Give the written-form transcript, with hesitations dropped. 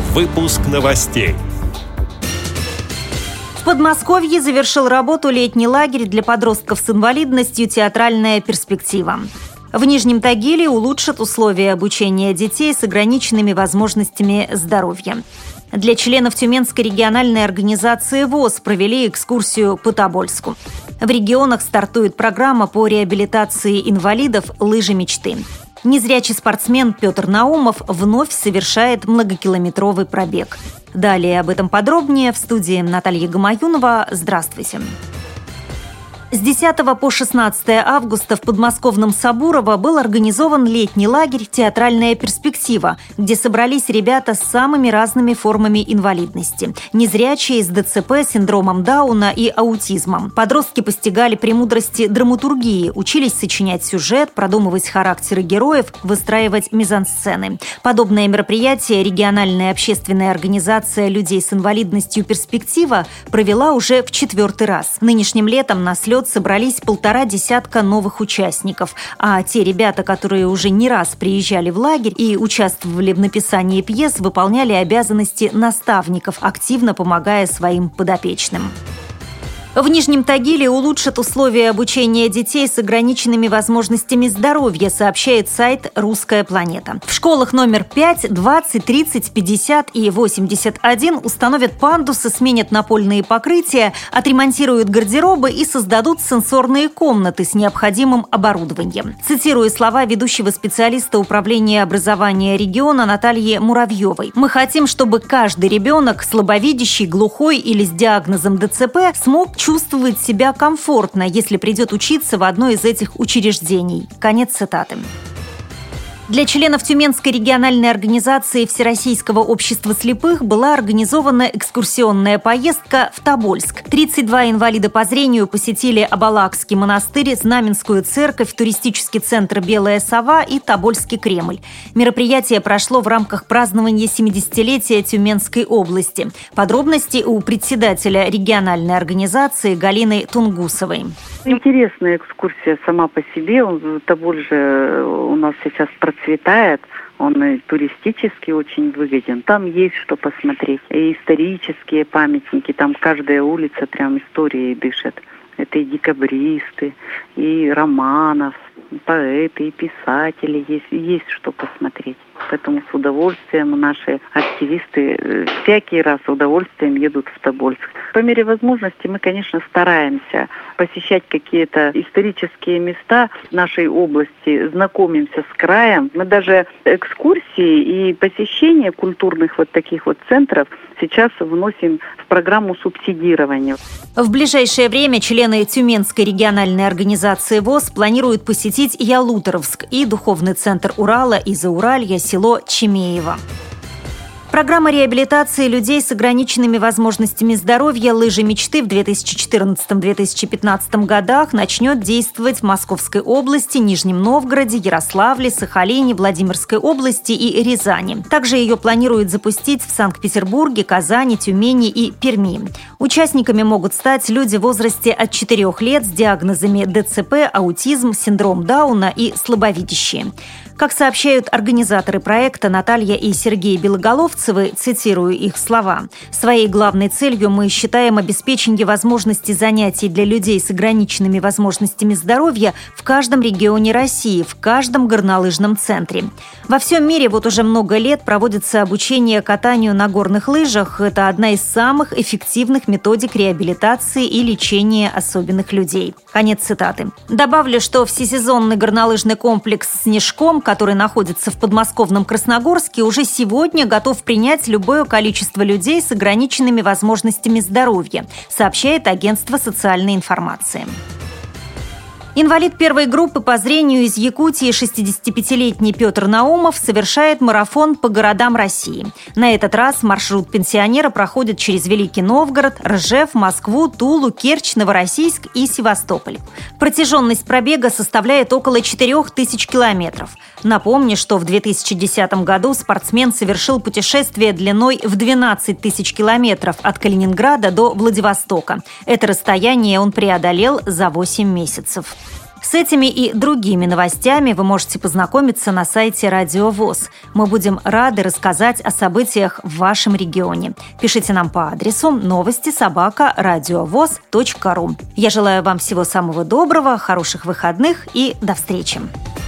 Выпуск новостей. В Подмосковье завершил работу летний лагерь для подростков с инвалидностью «Театральная перспектива». В Нижнем Тагиле улучшат условия обучения детей с ограниченными возможностями здоровья. Для членов Тюменской региональной организации ВОС провели экскурсию по Тобольску. В регионах стартует программа по реабилитации инвалидов «Лыжи мечты». Незрячий спортсмен Петр Наумов вновь совершает многокилометровый пробег. Далее об этом подробнее в студии Наталья Гамаюнова. Здравствуйте. С 10 по 16 августа в подмосковном Сабурово был организован летний лагерь «Театральная перспектива», где собрались ребята с самыми разными формами инвалидности. Незрячие с ДЦП, синдромом Дауна и аутизмом. Подростки постигали премудрости драматургии, учились сочинять сюжет, продумывать характеры героев, выстраивать мизансцены. Подобное мероприятие региональная общественная организация людей с инвалидностью «Перспектива» провела уже в 4-й раз. Нынешним летом на слет собрались 150 новых участников, а те ребята, которые уже не раз приезжали в лагерь и участвовали в написании пьес, выполняли обязанности наставников, активно помогая своим подопечным. В Нижнем Тагиле улучшат условия обучения детей с ограниченными возможностями здоровья, сообщает сайт «Русская планета». В школах номер 5, 20, 30, 50 и 81 установят пандусы, сменят напольные покрытия, отремонтируют гардеробы и создадут сенсорные комнаты с необходимым оборудованием. Цитирую слова ведущего специалиста управления образования региона Натальи Муравьевой. «Мы хотим, чтобы каждый ребенок, слабовидящий, глухой или с диагнозом ДЦП, смог чувствовать себя комфортно, если придет учиться в одно из этих учреждений». Конец цитаты. Для членов Тюменской региональной организации Всероссийского общества слепых была организована экскурсионная поездка в Тобольск. 32 инвалида по зрению посетили Абалакский монастырь, Знаменскую церковь, туристический центр «Белая сова» и Тобольский Кремль. Мероприятие прошло в рамках празднования 70-летия Тюменской области. Подробности у председателя региональной организации Галины Тунгусовой. Интересная экскурсия сама по себе. Тоболь же у нас сейчас процветает. Он и туристически очень выгоден. Там есть что посмотреть. И исторические памятники. Там каждая улица прям историей дышит. Это и декабристы, и Романов, поэты, и писатели. Есть что посмотреть. Поэтому с удовольствием наши активисты всякий раз с удовольствием едут в Тобольск. По мере возможности мы, конечно, стараемся посещать какие-то исторические места нашей области, знакомимся с краем. Мы даже экскурсии и посещение культурных вот таких вот центров сейчас вносим в программу субсидирования. В ближайшее время члены Тюменской региональной организации ВОС планируют посетить Ялуторовск и духовный центр Урала и Зауралья, село Чемеево. Программа реабилитации людей с ограниченными возможностями здоровья «Лыжи мечты» в 2014-2015 годах начнет действовать в Московской области, Нижнем Новгороде, Ярославле, Сахалине, Владимирской области и Рязани. Также ее планируют запустить в Санкт-Петербурге, Казани, Тюмени и Перми. Участниками могут стать люди в возрасте от 4 лет с диагнозами ДЦП, аутизм, синдром Дауна и слабовидящие. Как сообщают организаторы проекта Наталья и Сергей Белоголовцевы, цитирую их слова, «Своей главной целью мы считаем обеспечение возможностей занятий для людей с ограниченными возможностями здоровья в каждом регионе России, в каждом горнолыжном центре. Во всем мире вот уже много лет проводится обучение катанию на горных лыжах. Это одна из самых эффективных методик реабилитации и лечения особенных людей». Конец цитаты. Добавлю, что всесезонный горнолыжный комплекс «Снежком», который находится в подмосковном Красногорске, уже сегодня готов принять любое количество людей с ограниченными возможностями здоровья, сообщает агентство социальной информации. Инвалид первой группы по зрению из Якутии 65-летний Петр Наумов совершает марафон по городам России. На этот раз маршрут пенсионера проходит через Великий Новгород, Ржев, Москву, Тулу, Керчь, Новороссийск и Севастополь. Протяженность пробега составляет около 4000 километров. Напомню, что в 2010 году спортсмен совершил путешествие длиной в 12 тысяч километров от Калининграда до Владивостока. Это расстояние он преодолел за 8 месяцев. С этими и другими новостями вы можете познакомиться на сайте Радио ВОС. Мы будем рады рассказать о событиях в вашем регионе. Пишите нам по адресу новости@радиовос.ру. Я желаю вам всего самого доброго, хороших выходных и до встречи.